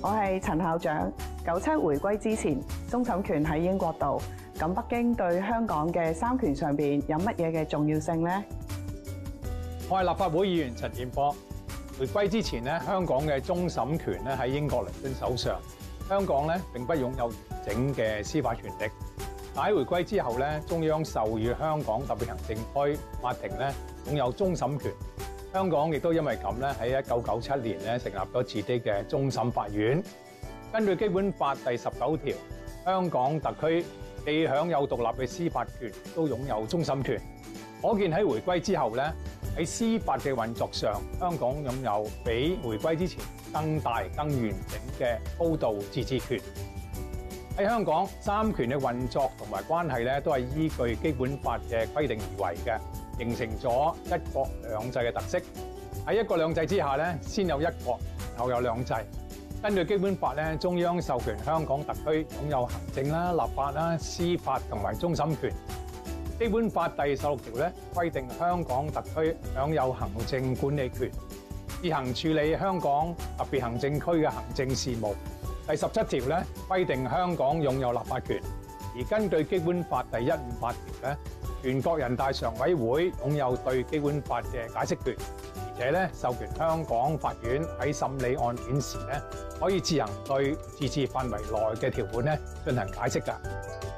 我係陳校長。97回歸之前，終審權喺英國度。咁北京對香港嘅三權上邊有乜嘢嘅重要性呢？ 我係立法會議員陳健波。回歸之前咧，香港嘅終審權咧喺英國倫敦手上，香港咧並不擁有完整嘅司法權力。但喺回歸之後咧，中央授予香港特別行政區法庭咧擁有終審權。香港亦都因為咁咧，喺1997年咧成立咗自己嘅終審法院。根據基本法第19條，香港特區既享有獨立嘅司法權，都擁有終審權。可見喺回歸之後咧，喺司法嘅運作上，香港擁有比回歸之前更大、更完整嘅高度自治權。喺香港，三權嘅運作同埋關係咧，都係依據基本法嘅規定而為嘅，形成咗一國兩制嘅特色。喺一國兩制之下咧，先有一國，後有兩制。根據基本法咧，中央授權香港特區擁有行政啦、立法啦、司法同埋終審權。基本法第16條咧規定香港特區享有行政管理權，自行處理香港特別行政區嘅行政事務。第17條咧規定香港擁有立法權，而根據基本法第158條咧，全國人大常委會擁有對基本法嘅解釋權，而且咧授權香港法院喺審理案件時咧可以自行對自治範圍內嘅條款咧進行解釋㗎。